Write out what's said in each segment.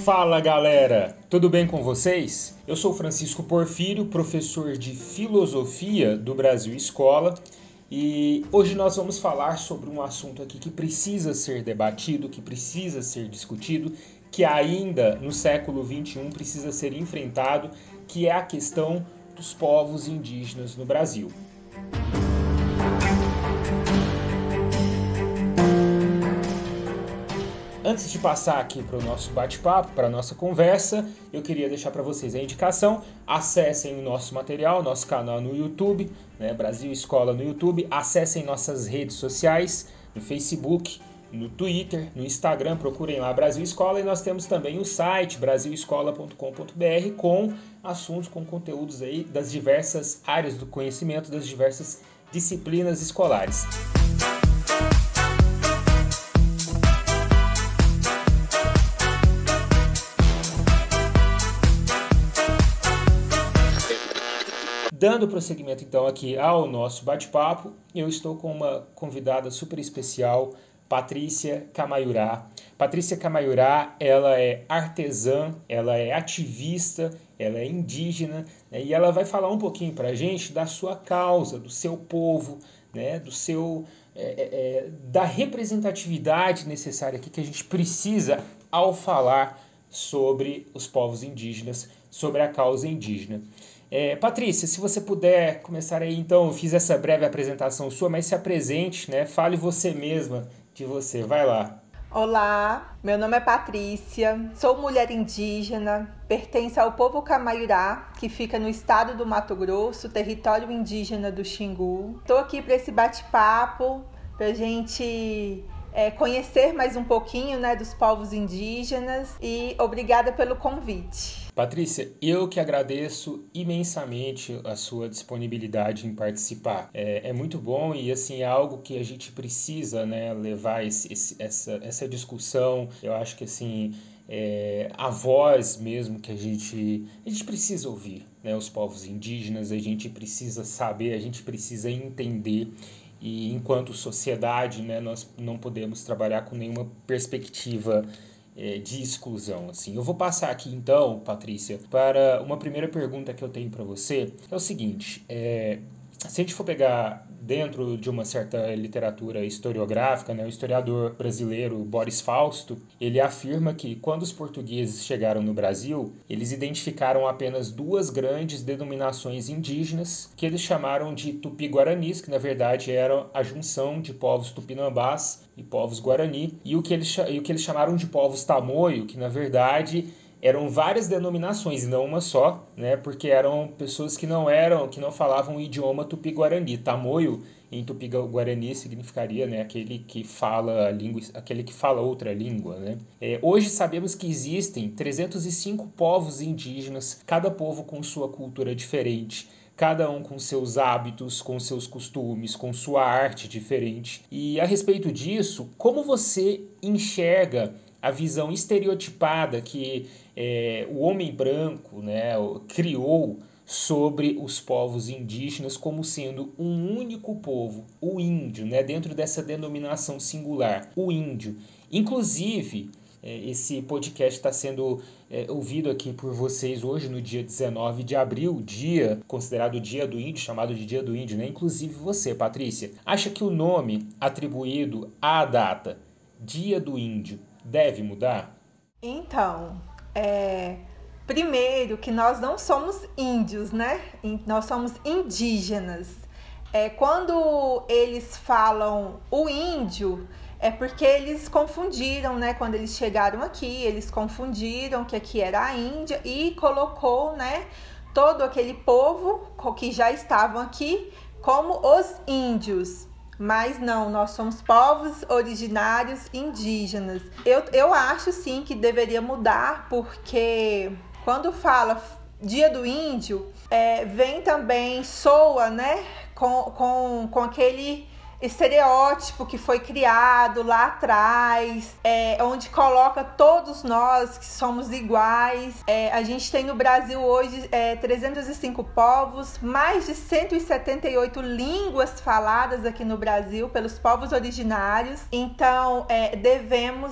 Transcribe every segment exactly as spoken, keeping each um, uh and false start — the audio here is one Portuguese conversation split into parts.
Fala galera, tudo bem com vocês? Eu sou Francisco Porfírio, professor de Filosofia do Brasil Escola, e hoje nós vamos falar sobre um assunto aqui que precisa ser debatido, que precisa ser discutido, que ainda no século vinte e um precisa ser enfrentado, que é a questão dos povos indígenas no Brasil. Antes de passar aqui para o nosso bate-papo, para a nossa conversa, eu queria deixar para vocês a indicação. Acessem o nosso material, nosso canal no YouTube, né, Brasil Escola no YouTube. Acessem nossas redes sociais, no Facebook, no Twitter, no Instagram, procurem lá Brasil Escola. E nós temos também o site brasil escola ponto com ponto b r com assuntos, com conteúdos aí das diversas áreas do conhecimento, das diversas disciplinas escolares. Dando prosseguimento então aqui ao nosso bate-papo, eu estou com uma convidada super especial, Patrícia Camaiurá. Patrícia Camaiurá, ela é artesã, ela é ativista, ela é indígena, né, e ela vai falar um pouquinho para a gente da sua causa, do seu povo, né, do seu, é, é, da representatividade necessária aqui que a gente precisa ao falar sobre os povos indígenas, sobre a causa indígena. É, Patrícia, se você puder começar aí, então, eu fiz essa breve apresentação sua, mas se apresente, né? Fale você mesma de você, vai lá. Olá, meu nome é Patrícia, sou mulher indígena, pertenço ao povo Camaiurá, que fica no estado do Mato Grosso, território indígena do Xingu. Estou aqui para esse bate-papo, para a gente é, conhecer mais um pouquinho, né, dos povos indígenas, e obrigada pelo convite. Patrícia, eu que agradeço imensamente a sua disponibilidade em participar. É, é muito bom e assim, é algo que a gente precisa, né, levar esse, esse, essa, essa discussão. Eu acho que assim, é, a voz mesmo que a gente, a gente precisa ouvir, né, os povos indígenas, a gente precisa saber, a gente precisa entender. E enquanto sociedade, né, nós não podemos trabalhar com nenhuma perspectiva de exclusão, assim. Eu vou passar aqui, então, Patrícia, para uma primeira pergunta que eu tenho para você, que é o seguinte, é, se a gente for pegar dentro de uma certa literatura historiográfica, né, o historiador brasileiro Boris Fausto, ele afirma que quando os portugueses chegaram no Brasil, eles identificaram apenas duas grandes denominações indígenas, que eles chamaram de tupi-guaranis, que na verdade eram a junção de povos tupinambás e povos guarani, e o que eles, e o que eles chamaram de povos tamoio, que na verdade eram várias denominações, não uma só, né? Porque eram pessoas que não eram, que não falavam o idioma tupi-guarani. Tamoio em tupi-guarani significaria, né, aquele que fala a língua, aquele que fala outra língua, né? É, hoje sabemos que existem trezentos e cinco povos indígenas, cada povo com sua cultura diferente, cada um com seus hábitos, com seus costumes, com sua arte diferente. E a respeito disso, como você enxerga a visão estereotipada que é, o homem branco, né, criou sobre os povos indígenas como sendo um único povo, o índio, né, dentro dessa denominação singular, o índio. Inclusive, é, esse podcast está sendo é, ouvido aqui por vocês hoje, no dia dezenove de abril, dia considerado o Dia do Índio, chamado de Dia do Índio, né? Inclusive você, Patrícia, acha que o nome atribuído à data, Dia do Índio, deve mudar? Então, é, primeiro que nós não somos índios, né? Nós somos indígenas. É, quando eles falam o índio, é porque eles confundiram, né? Quando eles chegaram aqui, eles confundiram que aqui era a Índia e colocou, né, todo aquele povo que já estavam aqui como os índios. Mas não, nós somos povos originários indígenas. Eu, eu acho sim que deveria mudar, porque quando fala Dia do Índio, é, vem também, soa, né, com, com, com aquele estereótipo que foi criado lá atrás, é, onde coloca todos nós que somos iguais. É, a gente tem no Brasil hoje é, trezentos e cinco povos, mais de cento e setenta e oito línguas faladas aqui no Brasil pelos povos originários. Então, é, devemos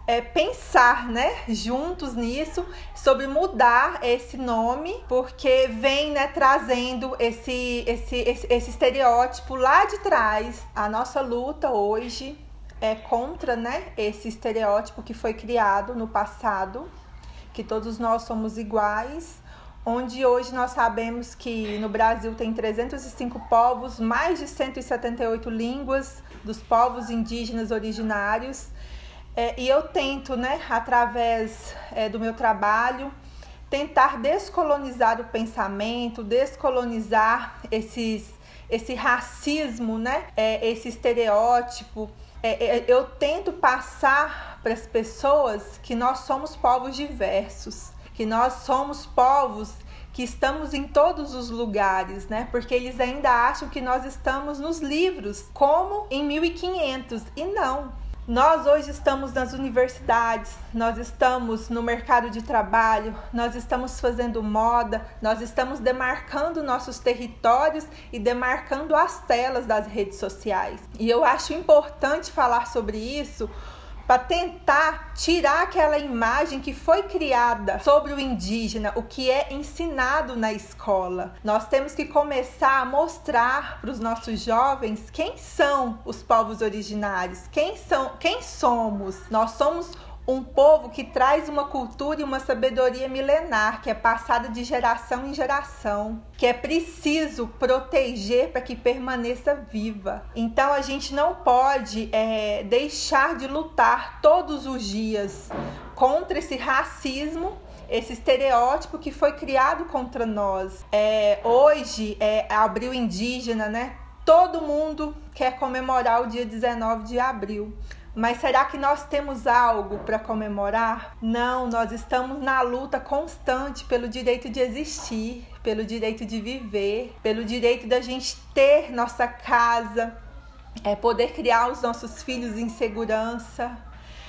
é, pensar, né, juntos nisso, sobre mudar esse nome, porque vem, né, trazendo esse, esse, esse, esse estereótipo lá de trás. A nossa luta hoje é contra, né, esse estereótipo que foi criado no passado, que todos nós somos iguais, onde hoje nós sabemos que no Brasil tem trezentos e cinco povos, mais de cento e setenta e oito línguas dos povos indígenas originários. É, e eu tento, né, através é, do meu trabalho, tentar descolonizar o pensamento, descolonizar esses, esse racismo, né, é, esse estereótipo. É, é, eu tento passar para as pessoas que nós somos povos diversos, que nós somos povos que estamos em todos os lugares, né? Porque eles ainda acham que nós estamos nos livros, como em mil e quinhentos, e não. Nós hoje estamos nas universidades, nós estamos no mercado de trabalho, nós estamos fazendo moda, nós estamos demarcando nossos territórios e demarcando as telas das redes sociais. E eu acho importante falar sobre isso para tentar tirar aquela imagem que foi criada sobre o indígena, o que é ensinado na escola. Nós temos que começar a mostrar para os nossos jovens quem são os povos originários, quem são, quem somos. Nós somos um povo que traz uma cultura e uma sabedoria milenar, que é passada de geração em geração, que é preciso proteger para que permaneça viva. Então a gente não pode é, deixar de lutar todos os dias contra esse racismo, esse estereótipo que foi criado contra nós. É, hoje, é Abril Indígena, né? Todo mundo quer comemorar o dia dezenove de abril. Mas será que nós temos algo para comemorar? Não, nós estamos na luta constante pelo direito de existir, pelo direito de viver, pelo direito da gente ter nossa casa, é, poder criar os nossos filhos em segurança.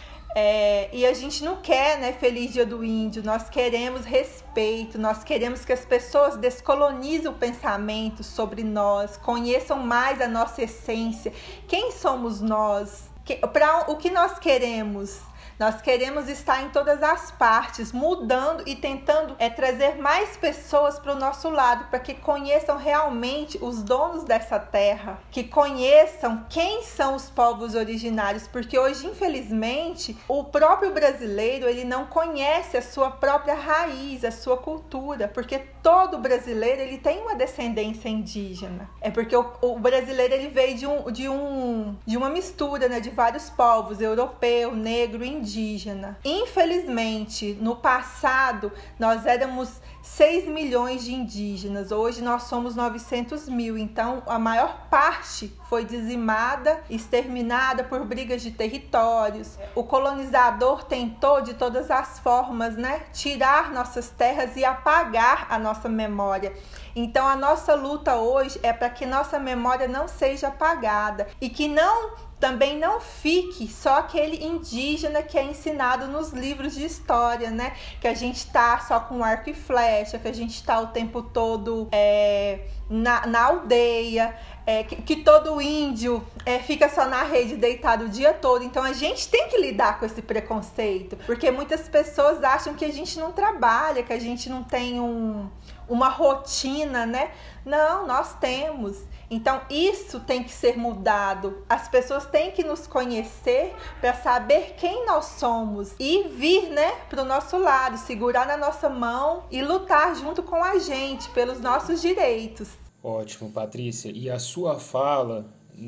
É, e a gente não quer, né, Feliz Dia do Índio, nós queremos respeito, nós queremos que as pessoas descolonizem o pensamento sobre nós, conheçam mais a nossa essência, quem somos nós. Para o que nós queremos? Nós queremos estar em todas as partes, mudando e tentando é, trazer mais pessoas para o nosso lado, para que conheçam realmente os donos dessa terra, que conheçam quem são os povos originários, porque hoje, infelizmente, o próprio brasileiro ele não conhece a sua própria raiz, a sua cultura, porque todo brasileiro ele tem uma descendência indígena. É porque o, o brasileiro ele veio de, um, de, um, de uma mistura, né, de vários povos, europeu, negro, indígena. Indígena. Infelizmente, no passado, nós éramos seis milhões de indígenas. Hoje nós somos novecentos mil. Então, a maior parte foi dizimada, exterminada por brigas de territórios. O colonizador tentou, de todas as formas, né, tirar nossas terras e apagar a nossa memória. Então, a nossa luta hoje é para que nossa memória não seja apagada e que não também não fique só aquele indígena que é ensinado nos livros de história, né? Que a gente tá só com arco e flecha, que a gente tá o tempo todo é, na, na aldeia, é, que, que todo índio é, fica só na rede deitado o dia todo. Então a gente tem que lidar com esse preconceito, porque muitas pessoas acham que a gente não trabalha, que a gente não tem um, uma rotina, né? Não, nós temos. Então isso tem que ser mudado. As pessoas têm que nos conhecer para saber quem nós somos e vir, né, para o nosso lado, segurar na nossa mão e lutar junto com a gente pelos nossos direitos. Ótimo, Patrícia. E a sua fala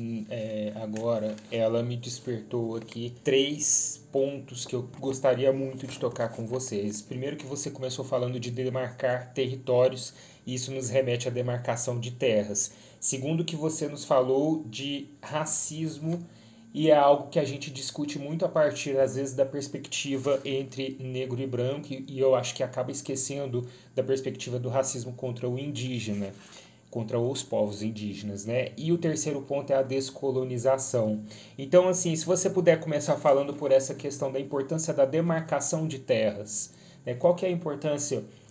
é, agora, ela me despertou aqui três pontos que eu gostaria muito de tocar com vocês. Primeiro, que você começou falando de demarcar territórios, e isso nos remete à demarcação de terras. Segundo, que você nos falou de racismo, e é algo que a gente discute muito a partir, às vezes, da perspectiva entre negro e branco, e eu acho que acaba esquecendo da perspectiva do racismo contra o indígena, contra os povos indígenas, né? E o terceiro ponto é a descolonização. Então, assim, se você puder começar falando por essa questão da importância da demarcação de terras, né? Qual que é a importância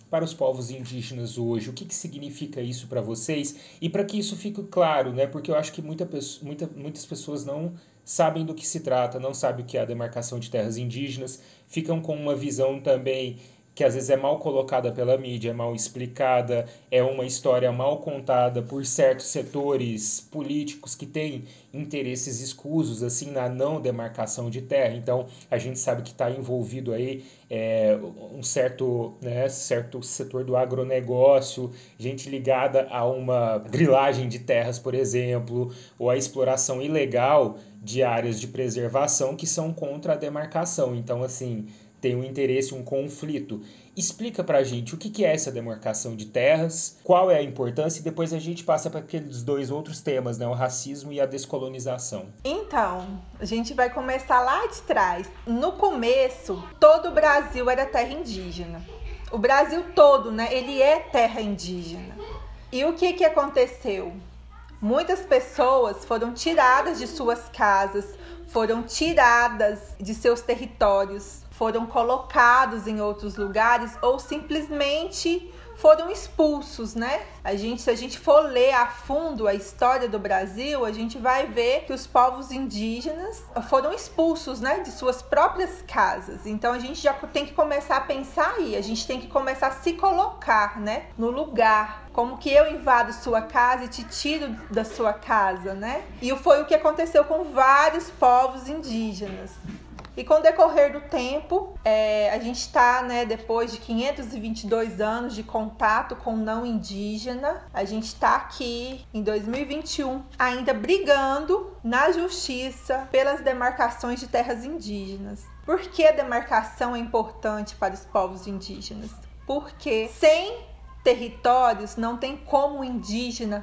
para os povos indígenas hoje? O que, que significa isso para vocês? E para que isso fique claro, né? Porque eu acho que muita, muita, muitas pessoas não sabem do que se trata, não sabem o que é a demarcação de terras indígenas, ficam com uma visão também que às vezes é mal colocada pela mídia, é mal explicada, é uma história mal contada por certos setores políticos que têm interesses escusos assim na não demarcação de terra. Então a gente sabe que está envolvido aí é, um certo, né, certo setor do agronegócio, gente ligada a uma grilagem de terras, por exemplo, ou a exploração ilegal de áreas de preservação que são contra a demarcação. Então, assim, tem um interesse, um conflito. Explica pra gente o que é essa demarcação de terras, qual é a importância, e depois a gente passa para aqueles dois outros temas, né? O racismo e a descolonização. Então, a gente vai começar lá de trás. No começo, todo o Brasil era terra indígena. O Brasil todo, né? Ele é terra indígena. E o que que aconteceu? Muitas pessoas foram tiradas de suas casas, foram tiradas de seus territórios, foram colocados em outros lugares ou simplesmente foram expulsos, né? A gente, se a gente for ler a fundo a história do Brasil, a gente vai ver que os povos indígenas foram expulsos, né, de suas próprias casas. Então a gente já tem que começar a pensar aí, a gente tem que começar a se colocar, né, no lugar. Como que eu invado sua casa e te tiro da sua casa, né? E foi o que aconteceu com vários povos indígenas. E com o decorrer do tempo, é, a gente está, né, depois de quinhentos e vinte e dois anos de contato com o não indígena, a gente está aqui em dois mil e vinte e um ainda brigando na justiça pelas demarcações de terras indígenas. Por que a demarcação é importante para os povos indígenas? Porque sem territórios não tem como o indígena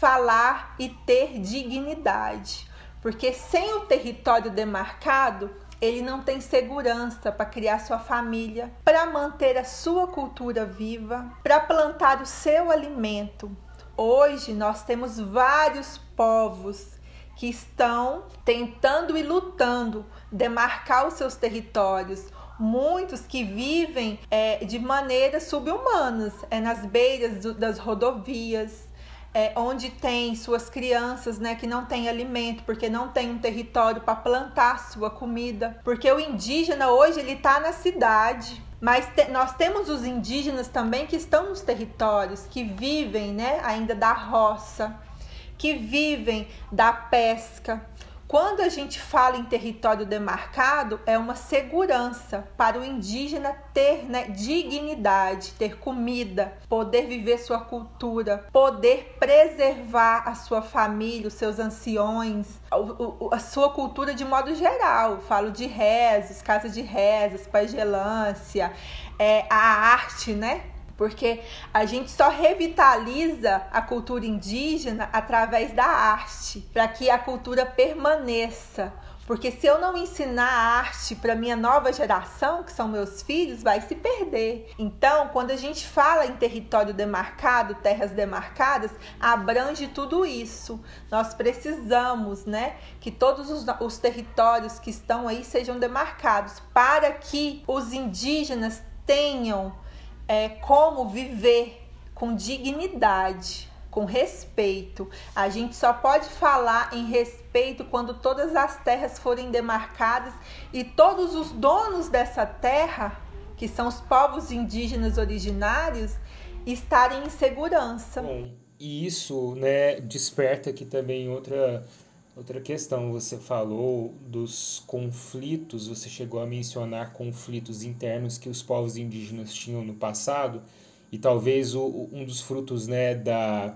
falar e ter dignidade. Porque sem o território demarcado, ele não tem segurança para criar sua família, para manter a sua cultura viva, para plantar o seu alimento. Hoje nós temos vários povos que estão tentando e lutando demarcar os seus territórios. Muitos que vivem é, de maneiras subhumanas, é nas beiras do, das rodovias, É, onde tem suas crianças, né, que não tem alimento, porque não tem um território para plantar sua comida. Porque o indígena hoje ele está na cidade, mas te, nós temos os indígenas também que estão nos territórios, que vivem, né, ainda da roça, que vivem da pesca. Quando a gente fala em território demarcado, é uma segurança para o indígena ter, né, dignidade, ter comida, poder viver sua cultura, poder preservar a sua família, os seus anciões, a, a, a sua cultura de modo geral. Falo de rezos, casas de rezas, pagelância, é, a arte, né? Porque a gente só revitaliza a cultura indígena através da arte, para que a cultura permaneça. Porque se eu não ensinar a arte para minha nova geração, que são meus filhos, vai se perder. Então, quando a gente fala em território demarcado, terras demarcadas, abrange tudo isso. Nós precisamos, né, que todos os, os territórios que estão aí sejam demarcados, para que os indígenas tenham É, como viver com dignidade, com respeito. A gente só pode falar em respeito quando todas as terras forem demarcadas e todos os donos dessa terra, que são os povos indígenas originários, estarem em segurança. Bom, e isso, né, desperta aqui também outra, outra questão. Você falou dos conflitos, você chegou a mencionar conflitos internos que os povos indígenas tinham no passado, e talvez o, um dos frutos, né, da,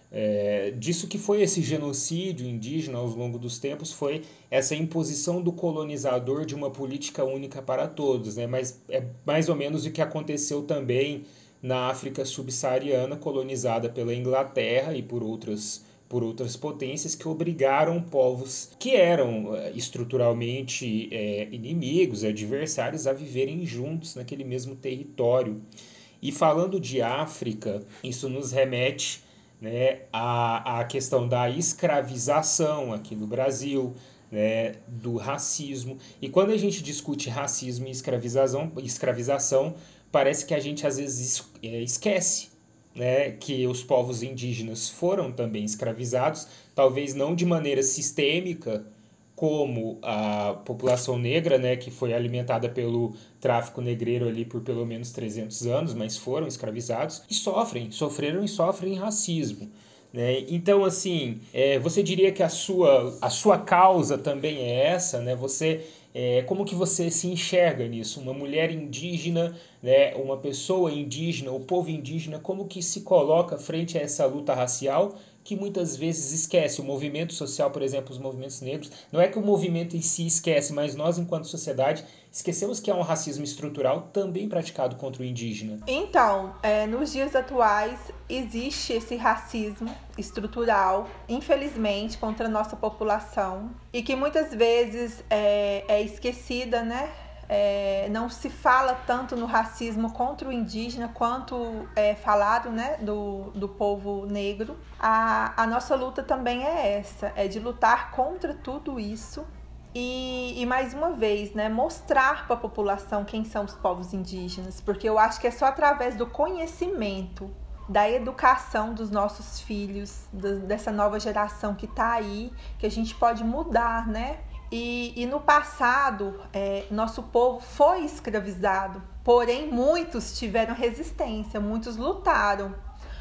é, disso que foi esse genocídio indígena ao longo dos tempos foi essa imposição do colonizador de uma política única para todos, né? Mas é mais ou menos o que aconteceu também na África subsaariana, colonizada pela Inglaterra e por outras por outras potências, que obrigaram povos que eram estruturalmente é, inimigos, adversários, a viverem juntos naquele mesmo território. E falando de África, isso nos remete, né, à, à questão da escravização aqui no Brasil, né, do racismo. E quando a gente discute racismo e escravização, escravização parece que a gente às vezes esquece, né, que os povos indígenas foram também escravizados, talvez não de maneira sistêmica, como a população negra, né, que foi alimentada pelo tráfico negreiro ali por pelo menos trezentos anos, mas foram escravizados e sofrem, sofreram e sofrem racismo. Né? Então, assim, é, você diria que a sua, a sua causa também é essa, né? Você, é, como que você se enxerga nisso? Uma mulher indígena, né? Uma pessoa indígena, o povo indígena, como que se coloca frente a essa luta racial que muitas vezes esquece? O movimento social, por exemplo, os movimentos negros, não é que o movimento em si esquece, mas nós, enquanto sociedade, esquecemos que há um racismo estrutural também praticado contra o indígena. Então, é, nos dias atuais, existe esse racismo estrutural, infelizmente, contra a nossa população, e que muitas vezes é, é esquecida, né? É, não se fala tanto no racismo contra o indígena quanto é falado, né, do, do povo negro. A, a nossa luta também é essa, é de lutar contra tudo isso e, e mais uma vez, né, mostrar para a população quem são os povos indígenas, porque eu acho que é só através do conhecimento, da educação dos nossos filhos, da, dessa nova geração que está aí, que a gente pode mudar, né? E, e no passado, é, nosso povo foi escravizado, porém muitos tiveram resistência, muitos lutaram,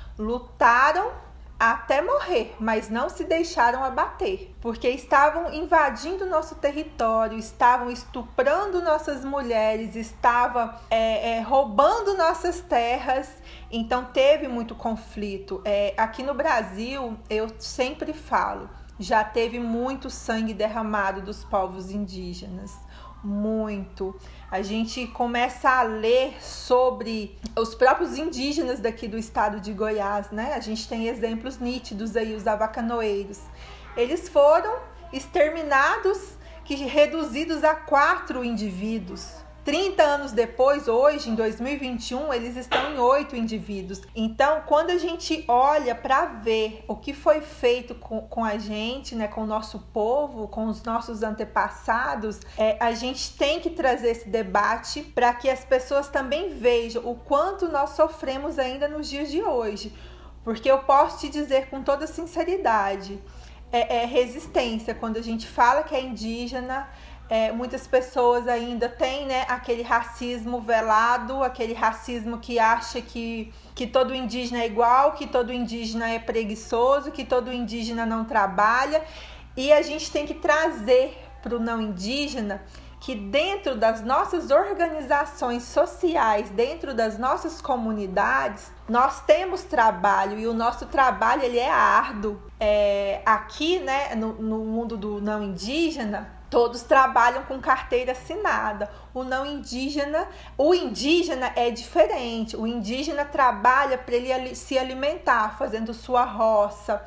lutaram até morrer, mas não se deixaram abater, porque estavam invadindo nosso território, estavam estuprando nossas mulheres, estavam é, é, roubando nossas terras, então teve muito conflito. É, aqui no Brasil, eu sempre falo, já teve muito sangue derramado dos povos indígenas, muito. A gente começa a ler sobre os próprios indígenas daqui do estado de Goiás, né? A gente tem exemplos nítidos aí, os avacanoeiros. Eles foram exterminados, que reduzidos a quatro indivíduos. trinta anos depois, hoje, em dois mil e vinte e um, eles estão em oito indivíduos. Então, quando a gente olha para ver o que foi feito com, com a gente, né, com o nosso povo, com os nossos antepassados, é, a gente tem que trazer esse debate para que as pessoas também vejam o quanto nós sofremos ainda nos dias de hoje. Porque eu posso te dizer com toda sinceridade, é, é resistência. Quando a gente fala que é indígena, É, muitas pessoas ainda têm, né, aquele racismo velado, aquele racismo que acha que, que todo indígena é igual, que todo indígena é preguiçoso, que todo indígena não trabalha. E a gente tem que trazer para o não indígena que dentro das nossas organizações sociais, dentro das nossas comunidades, nós temos trabalho e o nosso trabalho ele é árduo. É, aqui, né, no, no mundo do não indígena, todos trabalham com carteira assinada. O não indígena, o indígena é diferente. O indígena trabalha para ele se alimentar, fazendo sua roça,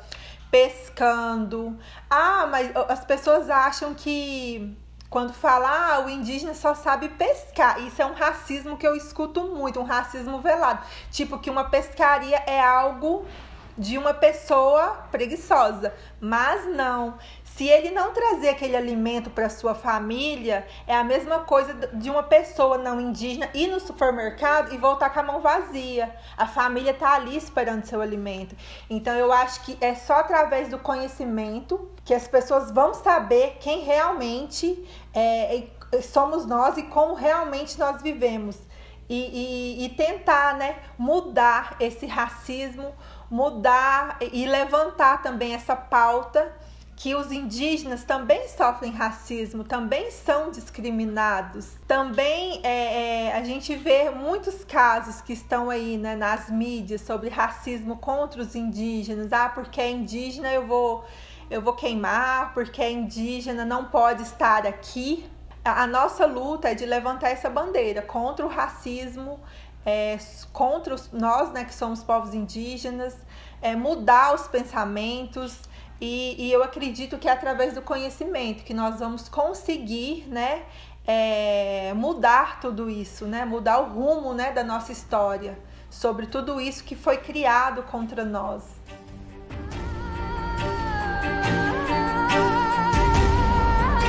pescando. Ah, mas as pessoas acham que quando fala, ah, o indígena só sabe pescar. Isso é um racismo que eu escuto muito, um racismo velado. Tipo, que uma pescaria é algo de uma pessoa preguiçosa. Mas não. Se ele não trazer aquele alimento para sua família, é a mesma coisa de uma pessoa não indígena ir no supermercado e voltar com a mão vazia. A família está ali esperando seu alimento. Então, eu acho que é só através do conhecimento que as pessoas vão saber quem realmente é, somos nós e como realmente nós vivemos. E, e, e tentar, né, mudar esse racismo, mudar e levantar também essa pauta que os indígenas também sofrem racismo, também são discriminados. Também é, é, a gente vê muitos casos que estão aí, né, nas mídias sobre racismo contra os indígenas. Ah, porque é indígena eu vou, eu vou queimar, porque é indígena não pode estar aqui. A, a nossa luta é de levantar essa bandeira contra o racismo, é, contra os, nós, né, que somos povos indígenas, é, mudar os pensamentos. E, e eu acredito que é através do conhecimento que nós vamos conseguir, né, é, mudar tudo isso, né, mudar o rumo, né, da nossa história, sobre tudo isso que foi criado contra nós.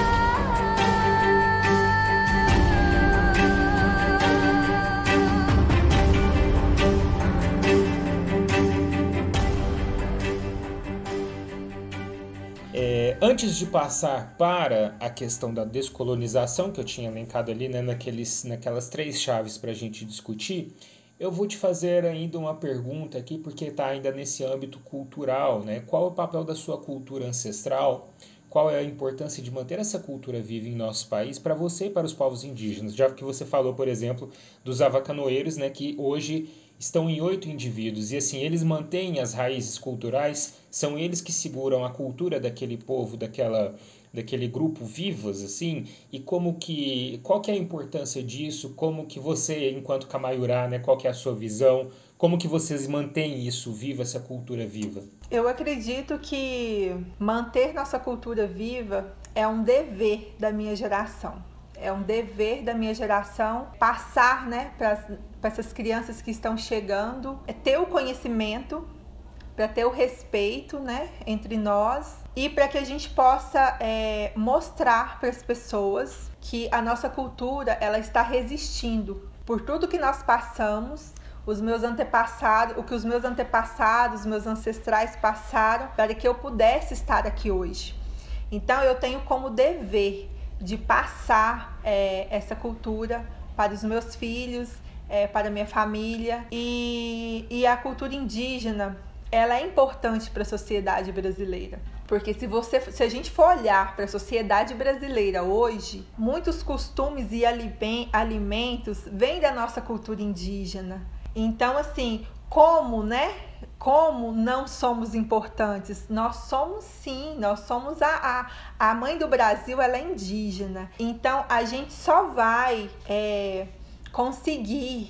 antes de passar para a questão da descolonização, que eu tinha elencado ali, né, naqueles, naquelas três chaves para a gente discutir, eu vou te fazer ainda uma pergunta aqui, porque está ainda nesse âmbito cultural, né? Qual é o papel da sua cultura ancestral? Qual é a importância de manter essa cultura viva em nosso país para você e para os povos indígenas? Já que você falou, por exemplo, dos avacanoeiros, né, que hoje estão em oito indivíduos, e assim, eles mantêm as raízes culturais, são eles que seguram a cultura daquele povo, daquela, daquele grupo vivas, assim, e como que, qual que é a importância disso, como que você, enquanto Camaiurá, né, qual que é a sua visão, como que vocês mantêm isso viva, essa cultura viva? Eu acredito que manter nossa cultura viva é um dever da minha geração. É um dever da minha geração passar, né, para essas crianças que estão chegando, é ter o conhecimento, para ter o respeito, né, entre nós e para que a gente possa é, mostrar para as pessoas que a nossa cultura ela está resistindo por tudo que nós passamos. Os meus antepassados, o que os meus antepassados, os meus ancestrais passaram para que eu pudesse estar aqui hoje. Então eu tenho como dever de passar é, essa cultura para os meus filhos, é, para a minha família. E, e a cultura indígena, ela é importante para a sociedade brasileira. Porque se, você, se a gente for olhar para a sociedade brasileira hoje, muitos costumes e alimentos vêm da nossa cultura indígena. Então, assim, como, né? Como não somos importantes? Nós somos sim, nós somos a, a, a mãe do Brasil, ela é indígena. Então, a gente só vai é, conseguir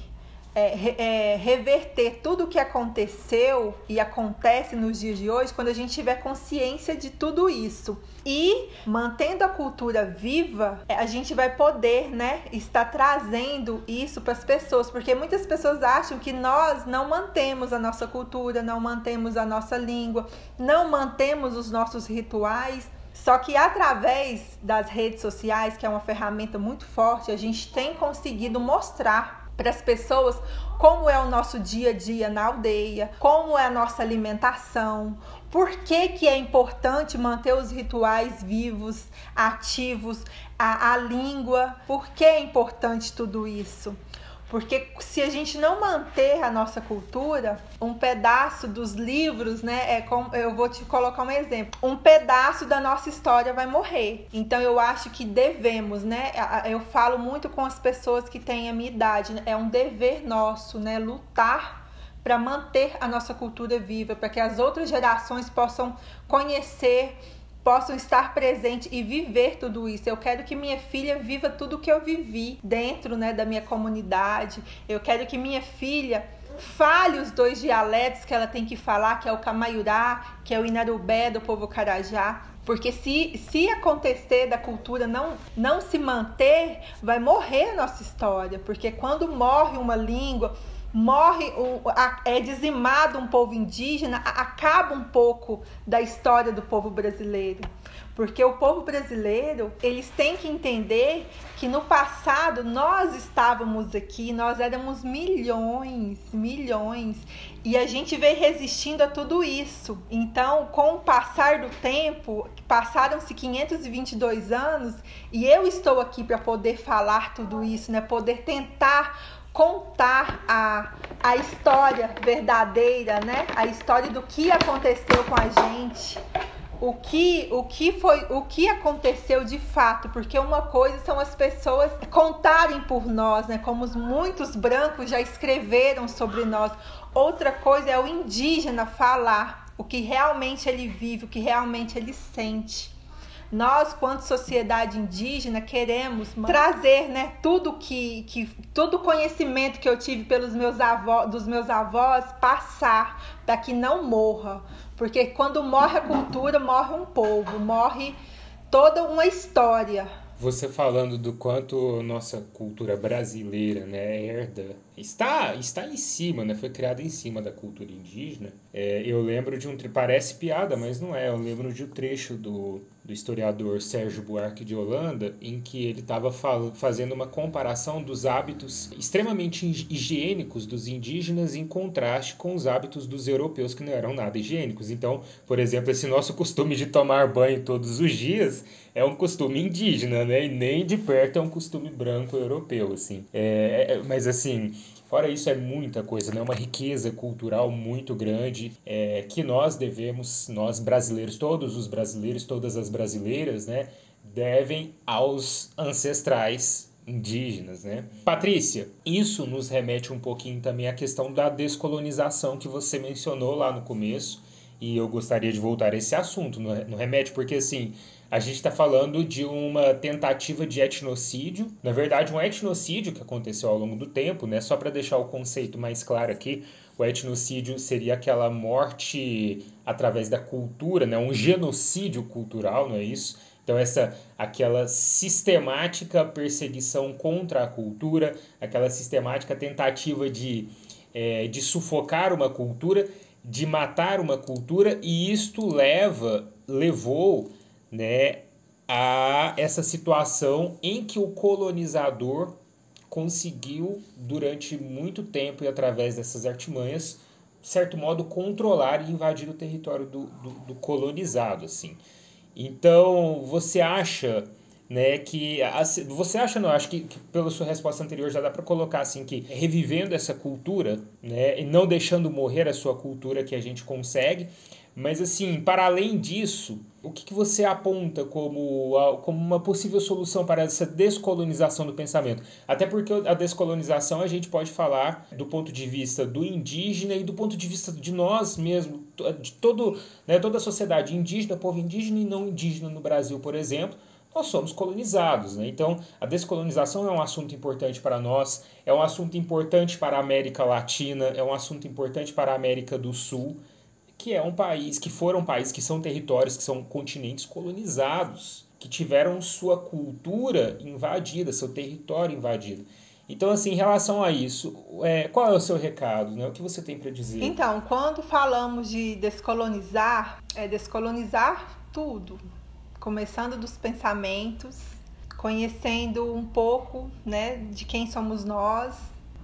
é, é, reverter tudo o que aconteceu e acontece nos dias de hoje quando a gente tiver consciência de tudo isso. E mantendo a cultura viva, a gente vai poder, né, estar trazendo isso para as pessoas, porque muitas pessoas acham que nós não mantemos a nossa cultura, não mantemos a nossa língua, não mantemos os nossos rituais. Só que através das redes sociais, que é uma ferramenta muito forte, a gente tem conseguido mostrar para as pessoas como é o nosso dia a dia na aldeia, como é a nossa alimentação, por que que é importante manter os rituais vivos, ativos, a, a língua, por que é importante tudo isso? Porque se a gente não manter a nossa cultura, um pedaço dos livros, né, é como, eu vou te colocar um exemplo, um pedaço da nossa história vai morrer. Então eu acho que devemos, né, eu falo muito com as pessoas que têm a minha idade, né, é um dever nosso, né, lutar para manter a nossa cultura viva, para que as outras gerações possam conhecer, possam estar presentes e viver tudo isso. Eu quero que minha filha viva tudo que eu vivi dentro, né, da minha comunidade. Eu quero que minha filha fale os dois dialetos que ela tem que falar, que é o Camaiurá, que é o Inarubé do povo Carajá. Porque se, se acontecer da cultura não, não se manter, vai morrer a nossa história. Porque quando morre uma língua, morre, é dizimado um povo indígena, acaba um pouco da história do povo brasileiro. Porque o povo brasileiro, eles têm que entender que no passado nós estávamos aqui, nós éramos milhões, milhões, e a gente veio resistindo a tudo isso. Então, com o passar do tempo, passaram-se quinhentos e vinte e dois anos, e eu estou aqui para poder falar tudo isso, né? Poder tentar contar a, a história verdadeira, né? A história do que aconteceu com a gente, o que, o que foi, o que aconteceu de fato, porque uma coisa são as pessoas contarem por nós, né? Como muitos brancos já escreveram sobre nós. Outra coisa é o indígena falar o que realmente ele vive, o que realmente ele sente. Nós, quanto sociedade indígena, queremos trazer, né, tudo que, que todo conhecimento que eu tive pelos meus avós, dos meus avós, passar para que não morra. Porque quando morre a cultura, morre um povo, morre toda uma história. Você falando do quanto nossa cultura brasileira, né, herda está, está em cima, né? Foi criada em cima da cultura indígena. É, eu lembro de um... Parece piada, mas não é. Eu lembro de um trecho do, do historiador Sérgio Buarque de Holanda, em que ele estava fazendo uma comparação dos hábitos extremamente higiênicos dos indígenas em contraste com os hábitos dos europeus, que não eram nada higiênicos. Então, por exemplo, esse nosso costume de tomar banho todos os dias é um costume indígena, né? E nem de perto é um costume branco europeu, assim. É, é, mas, assim... Fora isso, é muita coisa, né? Uma riqueza cultural muito grande é, que nós devemos, nós brasileiros, todos os brasileiros, todas as brasileiras, né? Devem aos ancestrais indígenas, né? Patrícia, isso nos remete um pouquinho também à questão da descolonização que você mencionou lá no começo, e eu gostaria de voltar a esse assunto no, no remete, porque assim... A gente está falando de uma tentativa de etnocídio, na verdade um etnocídio que aconteceu ao longo do tempo, né? Só para deixar o conceito mais claro aqui, o etnocídio seria aquela morte através da cultura, né? Um genocídio cultural, não é isso? Então essa, aquela sistemática perseguição contra a cultura, aquela sistemática tentativa de, é, de sufocar uma cultura, de matar uma cultura, e isto leva, levou... né, a essa situação em que o colonizador conseguiu, durante muito tempo e através dessas artimanhas, de certo modo, controlar e invadir o território do, do, do colonizado, assim. Então, você acha, né, que... Você acha, não, acho que, que pela sua resposta anterior já dá para colocar, assim, que revivendo essa cultura, né, e não deixando morrer a sua cultura, que a gente consegue. Mas, assim, para além disso, o que, que você aponta como, como uma possível solução para essa descolonização do pensamento? Até porque a descolonização a gente pode falar do ponto de vista do indígena e do ponto de vista de nós mesmos, de todo, né, toda a sociedade indígena, povo indígena e não indígena no Brasil, por exemplo, nós somos colonizados, né? Então, a descolonização é um assunto importante para nós, é um assunto importante para a América Latina, é um assunto importante para a América do Sul, que é um país, que foram países, que são territórios, que são continentes colonizados, que tiveram sua cultura invadida, seu território invadido. Então, assim, em relação a isso, é, qual é o seu recado, né? O que você tem para dizer? Então, quando falamos de descolonizar, é descolonizar tudo, começando dos pensamentos, conhecendo um pouco, né, de quem somos nós.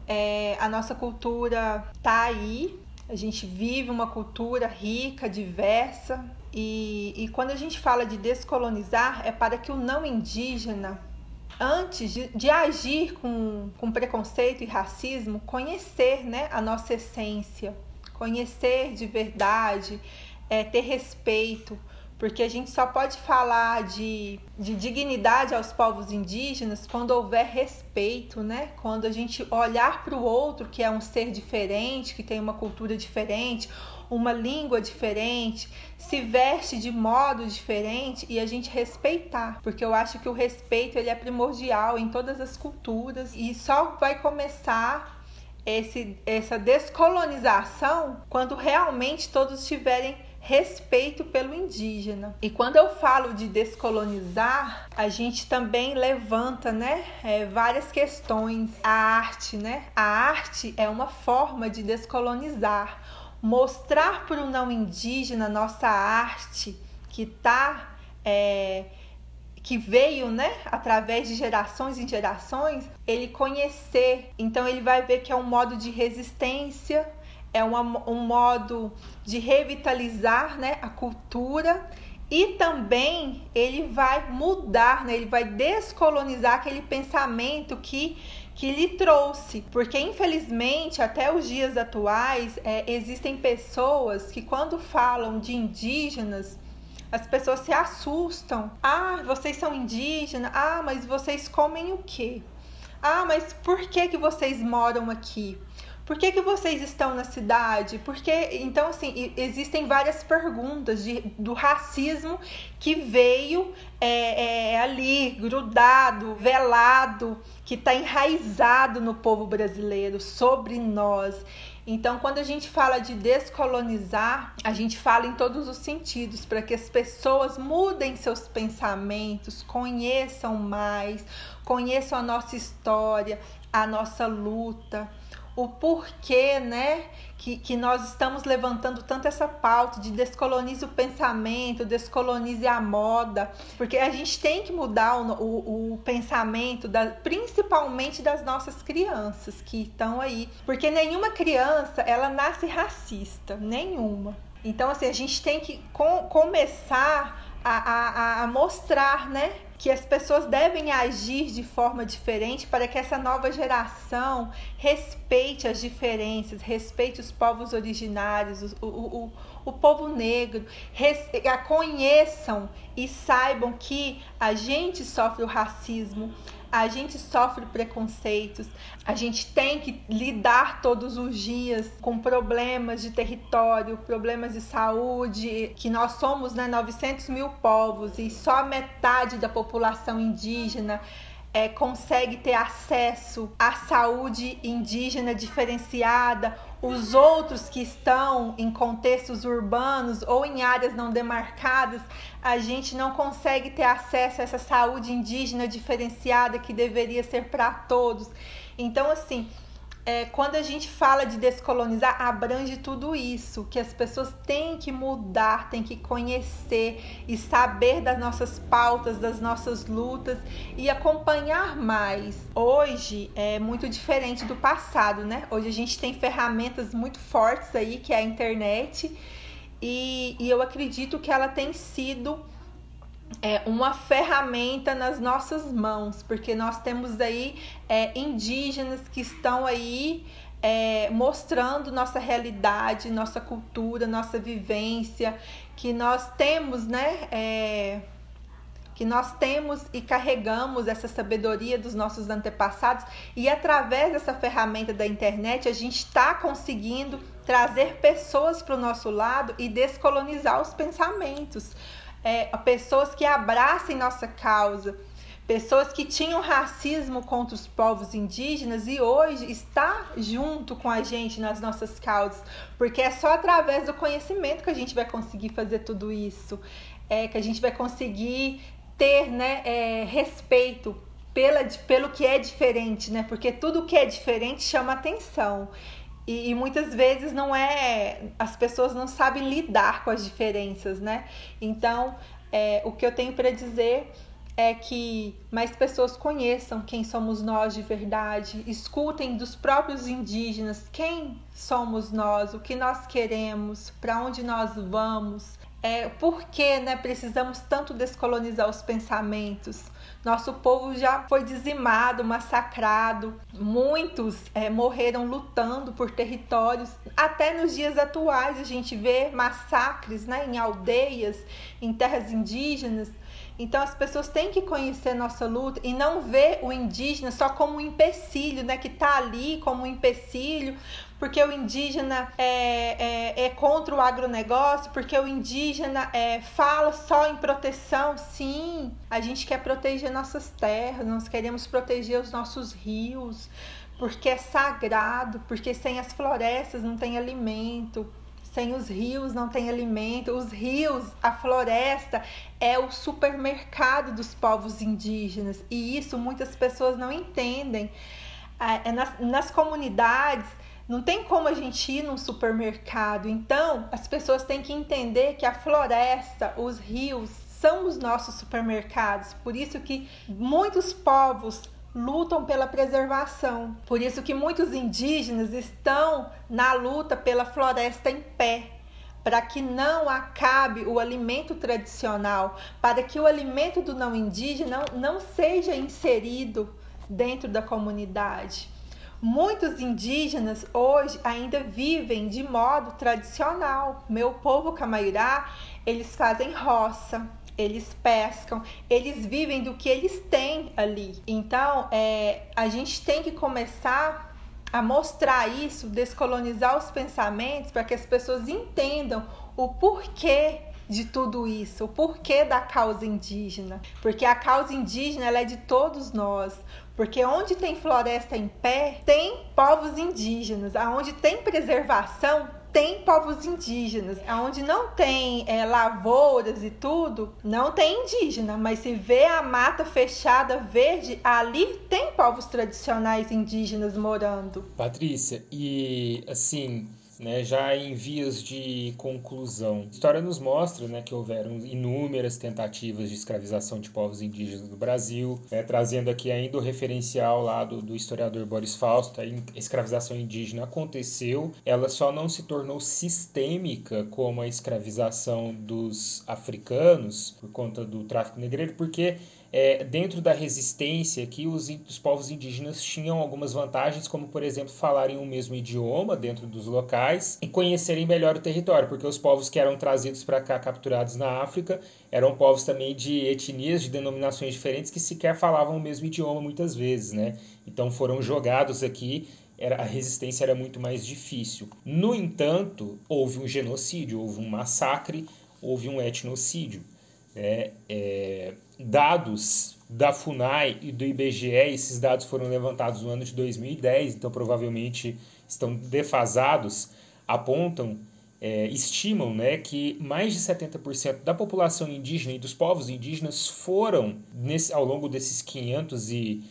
É, a nossa cultura tá aí. A gente vive uma cultura rica, diversa, e, e quando a gente fala de descolonizar, é para que o não indígena, antes de, de agir com, com preconceito e racismo, conhecer, né, a nossa essência, conhecer de verdade, é, ter respeito, porque a gente só pode falar de, de dignidade aos povos indígenas quando houver respeito, né? Quando a gente olhar para o outro, que é um ser diferente, que tem uma cultura diferente, uma língua diferente, se veste de modo diferente, e a gente respeitar, porque eu acho que o respeito ele é primordial em todas as culturas, e só vai começar esse, essa descolonização quando realmente todos tiverem respeito pelo indígena. E quando eu falo de descolonizar, a gente também levanta, né, é, várias questões. A arte, né? A arte é uma forma de descolonizar. Mostrar para o não indígena nossa arte que tá, é, que veio, né, através de gerações em gerações, ele conhecer. Então ele vai ver que é um modo de resistência, é uma, um modo de revitalizar, né, a cultura, e também ele vai mudar, né, ele vai descolonizar aquele pensamento que, que lhe trouxe, porque infelizmente até os dias atuais é, existem pessoas que quando falam de indígenas, as pessoas se assustam. Ah, vocês são indígenas? Ah, mas vocês comem o quê? Ah, mas por que que vocês moram aqui? Por que que vocês estão na cidade? Porque, então, assim, existem várias perguntas de, do racismo que veio é, é, ali, grudado, velado, que está enraizado no povo brasileiro, sobre nós. Então, quando a gente fala de descolonizar, a gente fala em todos os sentidos, para que as pessoas mudem seus pensamentos, conheçam mais, conheçam a nossa história, a nossa luta. o porquê, né, que, que nós estamos levantando tanto essa pauta de descolonize o pensamento, descolonize a moda, porque a gente tem que mudar o, o, o pensamento, da, principalmente das nossas crianças que estão aí, porque nenhuma criança, ela nasce racista, nenhuma. Então, assim, a gente tem que com, começar a, a, a mostrar, né, que as pessoas devem agir de forma diferente para que essa nova geração respeite as diferenças, respeite os povos originários, o, o, o, o povo negro, res, conheçam e saibam que a gente sofre o racismo, a gente sofre preconceitos, a gente tem que lidar todos os dias com problemas de território, problemas de saúde, que nós somos, né, novecentos mil povos e só metade da população indígena é, consegue ter acesso à saúde indígena diferenciada. Os outros que estão em contextos urbanos ou em áreas não demarcadas, a gente não consegue ter acesso a essa saúde indígena diferenciada que deveria ser para todos. Então, assim, é, quando a gente fala de descolonizar, abrange tudo isso, que as pessoas têm que mudar, têm que conhecer e saber das nossas pautas, das nossas lutas e acompanhar mais. Hoje é muito diferente do passado, né? Hoje a gente tem ferramentas muito fortes aí, que é a internet, e, e eu acredito que ela tem sido É uma ferramenta nas nossas mãos, porque nós temos aí é, indígenas que estão aí é, mostrando nossa realidade, nossa cultura, nossa vivência, que nós temos, né, é, que nós temos e carregamos essa sabedoria dos nossos antepassados, e através dessa ferramenta da internet a gente está conseguindo trazer pessoas para o nosso lado e descolonizar os pensamentos. É, pessoas que abracem nossa causa, pessoas que tinham racismo contra os povos indígenas e hoje está junto com a gente nas nossas causas, porque é só através do conhecimento que a gente vai conseguir fazer tudo isso, é, que a gente vai conseguir ter, né, é, respeito pela, pelo que é diferente, né, porque tudo que é diferente chama atenção. E, e muitas vezes não é, as pessoas não sabem lidar com as diferenças, né? Então, é, o que eu tenho para dizer é que mais pessoas conheçam quem somos nós de verdade, escutem dos próprios indígenas quem somos nós, o que nós queremos, para onde nós vamos, é, por que, né, precisamos tanto descolonizar os pensamentos. Nosso povo já foi dizimado, massacrado, muitos é, morreram lutando por territórios. Até nos dias atuais a gente vê massacres, né, em aldeias, em terras indígenas. Então as pessoas têm que conhecer nossa luta e não ver o indígena só como um empecilho, né, que está ali como um empecilho, porque o indígena é, é, é contra o agronegócio, porque o indígena é, fala só em proteção. Sim, a gente quer proteger nossas terras, nós queremos proteger os nossos rios, porque é sagrado, porque sem as florestas não tem alimento. Sem os rios não tem alimento. Os rios, a floresta é o supermercado dos povos indígenas. E isso muitas pessoas não entendem. Nas, nas comunidades não tem como a gente ir num supermercado. Então as pessoas têm que entender que a floresta, os rios são os nossos supermercados. Por isso que muitos povos lutam pela preservação. Por isso que muitos indígenas estão na luta pela floresta em pé, para que não acabe o alimento tradicional, para que o alimento do não indígena não, não seja inserido dentro da comunidade. Muitos indígenas hoje ainda vivem de modo tradicional. Meu povo Camaiurá, eles fazem roça, eles pescam, eles vivem do que eles têm ali. Então, é, a gente tem que começar a mostrar isso, descolonizar os pensamentos para que as pessoas entendam o porquê de tudo isso, o porquê da causa indígena. Porque a causa indígena, ela é de todos nós. Porque onde tem floresta em pé, tem povos indígenas. Aonde tem preservação, tem povos indígenas. Onde não tem é, lavouras e tudo, não tem indígena. Mas se vê a mata fechada, verde, ali tem povos tradicionais indígenas morando. Patrícia, e assim, né, já em vias de conclusão, a história nos mostra, né, que houveram inúmeras tentativas de escravização de povos indígenas no Brasil, né, trazendo aqui ainda o referencial lá do, do historiador Boris Fausto. A escravização indígena aconteceu, ela só não se tornou sistêmica como a escravização dos africanos, por conta do tráfico negreiro, porque É, dentro da resistência aqui, os, os povos indígenas tinham algumas vantagens, como, por exemplo, falarem o mesmo idioma dentro dos locais e conhecerem melhor o território, porque os povos que eram trazidos para cá, capturados na África, eram povos também de etnias, de denominações diferentes, que sequer falavam o mesmo idioma muitas vezes, né? Então foram jogados aqui, era, a resistência era muito mais difícil. No entanto, houve um genocídio, houve um massacre, houve um etnocídio. É, é, dados da FUNAI e do I B G E, esses dados foram levantados no ano de dois mil e dez, então provavelmente estão defasados, apontam, é, estimam, né, que mais de setenta por cento da população indígena e dos povos indígenas foram, nesse, ao longo desses quinhentos e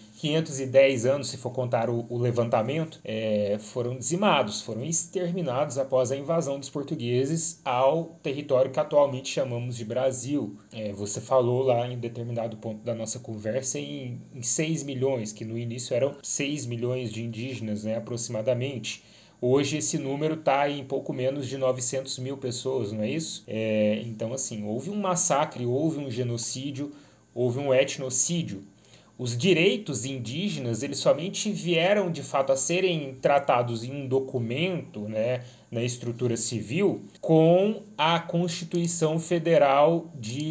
dez anos, se for contar o, o levantamento, é, foram dizimados, foram exterminados após a invasão dos portugueses ao território que atualmente chamamos de Brasil. É, você falou lá em determinado ponto da nossa conversa em, em seis milhões, que no início eram seis milhões de indígenas, né, aproximadamente. Hoje esse número está em pouco menos de novecentos mil pessoas, não é isso? É, então, assim, houve um massacre, houve um genocídio, houve um etnocídio. Os direitos indígenas, eles somente vieram de fato a serem tratados em um documento, né, na estrutura civil, com a Constituição Federal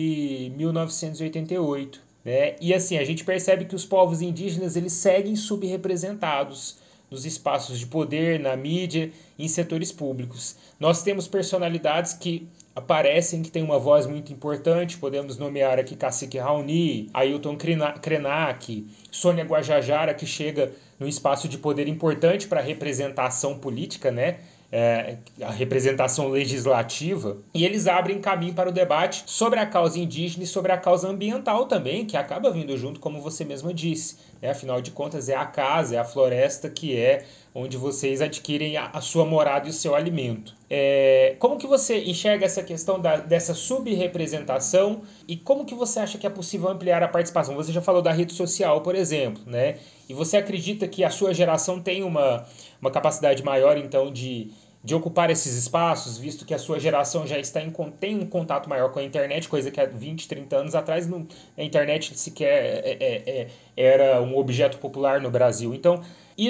de mil novecentos e oitenta e oito. Né? E assim, a gente percebe que os povos indígenas, eles seguem subrepresentados nos espaços de poder, na mídia, em setores públicos. Nós temos personalidades que aparecem, que têm uma voz muito importante. Podemos nomear aqui Cacique Raoni, Ailton Krenak, Sônia Guajajara, que chega num espaço de poder importante para a representação política, né? É, a representação legislativa, e eles abrem caminho para o debate sobre a causa indígena e sobre a causa ambiental também, que acaba vindo junto, como você mesma disse, né? Afinal de contas é a casa, é a floresta que é onde vocês adquirem a, a sua morada e o seu alimento. É, como que você enxerga essa questão da, dessa subrepresentação e como que você acha que é possível ampliar a participação? Você já falou da rede social, por exemplo, né? E você acredita que a sua geração tem uma, uma capacidade maior, então, de, de ocupar esses espaços, visto que a sua geração já está em, tem um contato maior com a internet, coisa que há vinte, trinta anos atrás não, a internet sequer é, é, é, era um objeto popular no Brasil. Então,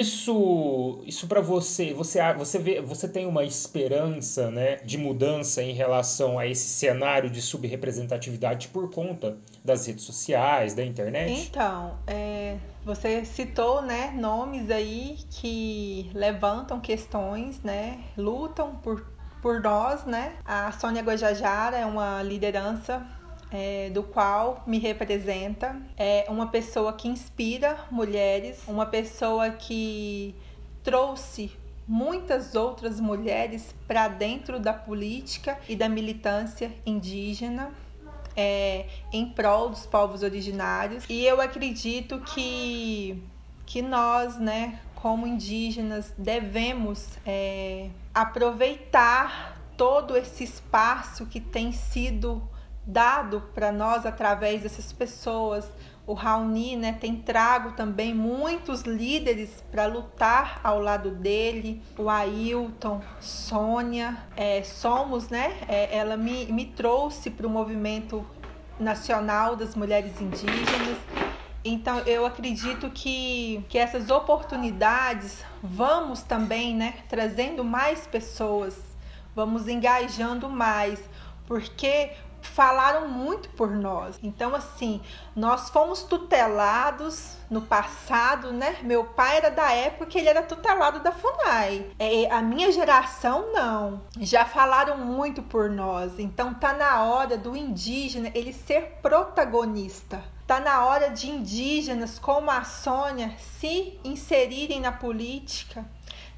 Isso, isso para você, você, você, vê, você tem uma esperança, né, de mudança em relação a esse cenário de subrepresentatividade por conta das redes sociais, da internet? Então, é, você citou, né, nomes aí que levantam questões, né, lutam por, por nós, né? A Sônia Guajajara é uma liderança É, do qual me representa, é uma pessoa que inspira mulheres, uma pessoa que trouxe muitas outras mulheres para dentro da política e da militância indígena, é, em prol dos povos originários. E eu acredito que, que nós, né, como indígenas, devemos é, aproveitar todo esse espaço que tem sido dado para nós através dessas pessoas. O Raoni, né, tem trago também muitos líderes para lutar ao lado dele. O Ailton, Sônia, é, somos, né, é, ela me, me trouxe para o movimento nacional das mulheres indígenas. Então eu acredito que, que essas oportunidades vamos também, né, trazendo mais pessoas, vamos engajando mais, porque falaram muito por nós. Então, assim, nós fomos tutelados no passado, né? Meu pai era da época que ele era tutelado da FUNAI. É, a minha geração, não. Já falaram muito por nós. Então, tá na hora do indígena ele ser protagonista. Tá na hora de indígenas como a Sônia se inserirem na política.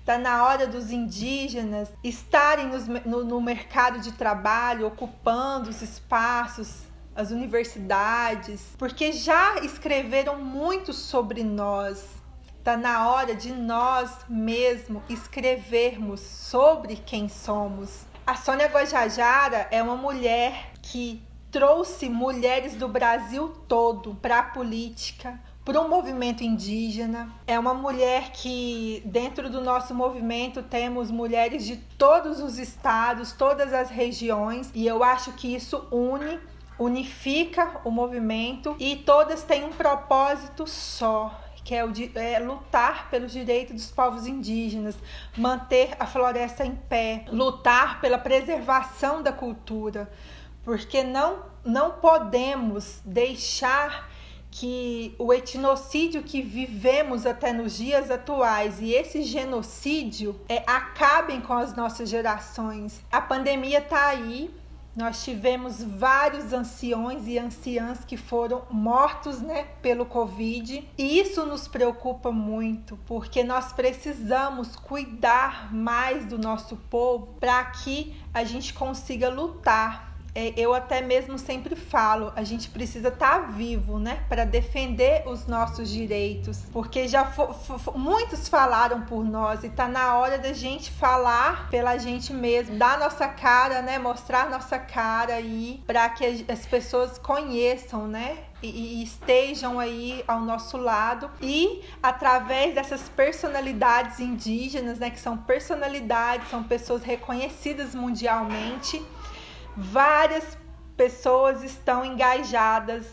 Está na hora dos indígenas estarem nos, no, no mercado de trabalho, ocupando os espaços, as universidades, porque já escreveram muito sobre nós. Está na hora de nós mesmos escrevermos sobre quem somos. A Sônia Guajajara é uma mulher que trouxe mulheres do Brasil todo para a política, para um movimento indígena. É uma mulher que, dentro do nosso movimento, temos mulheres de todos os estados, todas as regiões, e eu acho que isso une, unifica o movimento, e todas têm um propósito só, que é, o de, é lutar pelos direitos dos povos indígenas, manter a floresta em pé, lutar pela preservação da cultura, porque não, não podemos deixar que o etnocídio que vivemos até nos dias atuais e esse genocídio é, acabem com as nossas gerações. A pandemia está aí, nós tivemos vários anciões e anciãs que foram mortos, né, pelo Covid, e isso nos preocupa muito, porque nós precisamos cuidar mais do nosso povo para que a gente consiga lutar. Eu até mesmo sempre falo, a gente precisa estar vivo, né, para defender os nossos direitos, porque já fo- fo- muitos falaram por nós e tá na hora da gente falar pela gente mesmo, dar nossa cara, né, mostrar nossa cara aí, para que as pessoas conheçam, né, e, e estejam aí ao nosso lado, e através dessas personalidades indígenas, né, que são personalidades, são pessoas reconhecidas mundialmente. Várias pessoas estão engajadas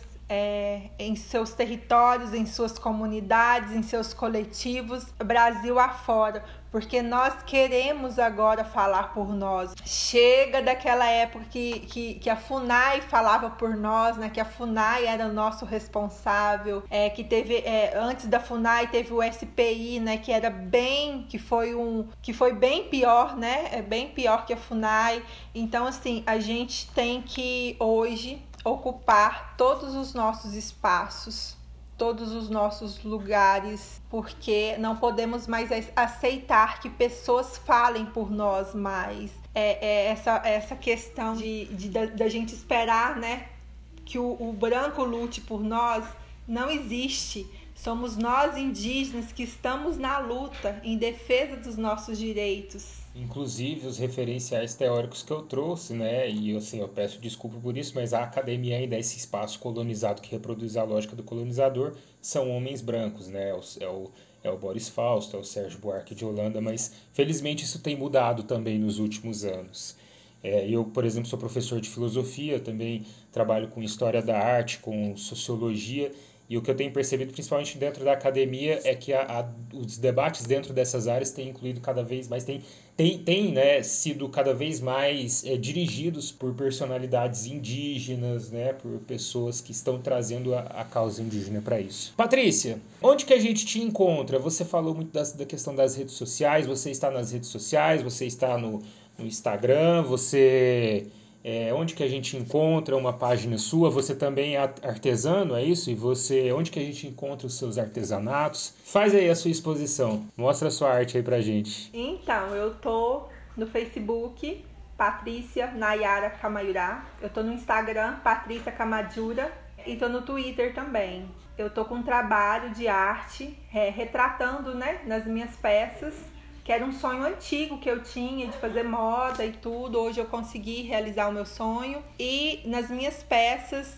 é, em seus territórios, em suas comunidades, em seus coletivos, Brasil afora, porque nós queremos agora falar por nós. Chega daquela época que, que, que a FUNAI falava por nós, né? Que a FUNAI era o nosso responsável, é, que teve, é, antes da FUNAI teve o S P I, né? Que era bem, que foi um, que foi bem pior, né? É bem pior que a FUNAI. Então, assim, a gente tem que hoje ocupar todos os nossos espaços, todos os nossos lugares, porque não podemos mais aceitar que pessoas falem por nós mais. É, é essa, essa questão de, de, da, da gente esperar, né, que o, o branco lute por nós, não existe. Somos nós indígenas que estamos na luta em defesa dos nossos direitos. Inclusive os referenciais teóricos que eu trouxe, né, e assim, eu peço desculpa por isso, mas a academia ainda é esse espaço colonizado que reproduz a lógica do colonizador, são homens brancos, né, é o, é o Boris Fausto, é o Sérgio Buarque de Holanda, mas felizmente isso tem mudado também nos últimos anos. É, eu, por exemplo, sou professor de filosofia, também trabalho com história da arte, com sociologia, e o que eu tenho percebido, principalmente dentro da academia, é que a, a, os debates dentro dessas áreas têm incluído cada vez mais, têm, têm, têm né, sido cada vez mais é, dirigidos por personalidades indígenas, né, por pessoas que estão trazendo a, a causa indígena para isso. Patrícia, onde que a gente te encontra? Você falou muito das, da questão das redes sociais, você está nas redes sociais, você está no, no Instagram, você... É, onde que a gente encontra uma página sua? Você também é artesano, é isso? E você, onde que a gente encontra os seus artesanatos? Faz aí a sua exposição, mostra a sua arte aí pra gente. Então, eu tô no Facebook, Patrícia Nayara Camaiurá. Eu tô no Instagram, Patrícia Camajura. E tô no Twitter também. Eu tô com um trabalho de arte, é, retratando, né, nas minhas peças, que era um sonho antigo que eu tinha de fazer moda e tudo. Hoje eu consegui realizar o meu sonho. E nas minhas peças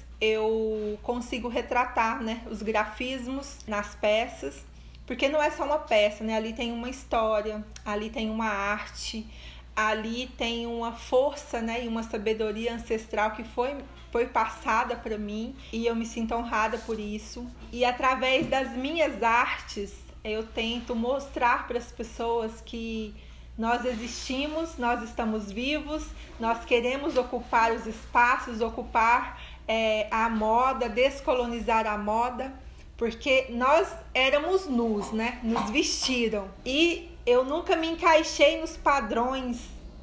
eu consigo retratar, né, os grafismos nas peças. Porque não é só uma peça, né? Ali tem uma história, ali tem uma arte, ali tem uma força, né, e uma sabedoria ancestral que foi, foi passada para mim. E eu me sinto honrada por isso. E através das minhas artes, eu tento mostrar para as pessoas que nós existimos, nós estamos vivos, nós queremos ocupar os espaços, ocupar é, a moda, descolonizar a moda, porque nós éramos nus, né? Nos vestiram. E eu nunca me encaixei nos padrões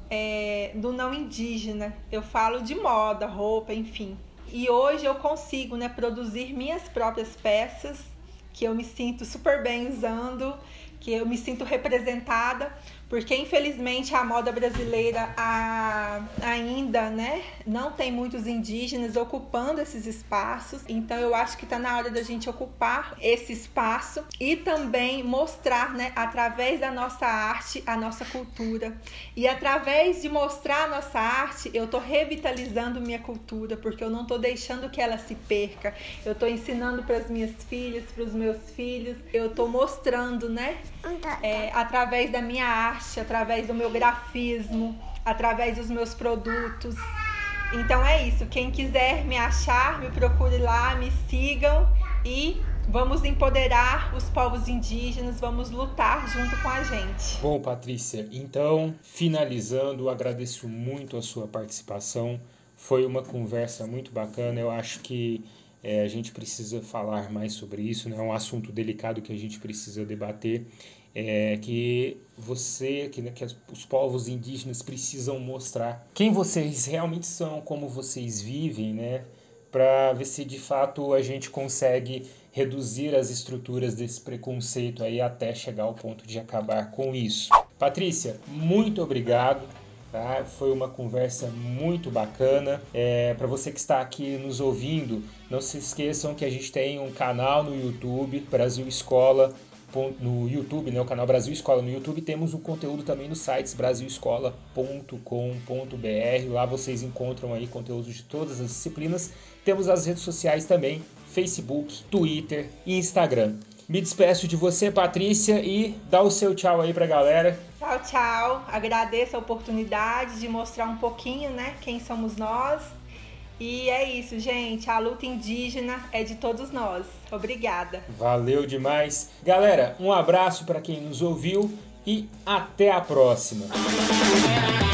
é, do não indígena. Eu falo de moda, roupa, enfim. E hoje eu consigo, né, produzir minhas próprias peças, que eu me sinto super bem usando, que eu me sinto representada, porque infelizmente a moda brasileira a, ainda, né, não tem muitos indígenas ocupando esses espaços. Então eu acho que está na hora da gente ocupar esse espaço e também mostrar, né, através da nossa arte, a nossa cultura. E através de mostrar a nossa arte, eu estou revitalizando minha cultura, porque eu não estou deixando que ela se perca. Eu estou ensinando para as minhas filhas, para os meus filhos, eu estou mostrando, né, é, através da minha arte, através do meu grafismo, através dos meus produtos. Então é isso, quem quiser me achar, me procure lá, me sigam e vamos empoderar os povos indígenas, vamos lutar junto com a gente. Bom, Patrícia, então, finalizando, agradeço muito a sua participação, foi uma conversa muito bacana, eu acho que é, a gente precisa falar mais sobre isso, né? É um assunto delicado que a gente precisa debater. É, que você, que, né, que os povos indígenas precisam mostrar quem vocês realmente são, como vocês vivem, né, para ver se de fato a gente consegue reduzir as estruturas desse preconceito aí até chegar ao ponto de acabar com isso. Patrícia, muito obrigado. Tá? Foi uma conversa muito bacana. É, para você que está aqui nos ouvindo, não se esqueçam que a gente tem um canal no YouTube, Brasil Escola, no YouTube, né, o canal Brasil Escola no YouTube. Temos o conteúdo também nos sites brasil escola ponto com ponto b r. Lá vocês encontram aí conteúdos de todas as disciplinas. Temos as redes sociais também, Facebook, Twitter e Instagram. Me despeço de você, Patrícia, e dá o seu tchau aí pra galera. Tchau, tchau. Agradeço a oportunidade de mostrar um pouquinho, né, quem somos nós. E é isso, gente. A luta indígena é de todos nós. Obrigada. Valeu demais. Galera, um abraço para quem nos ouviu e até a próxima.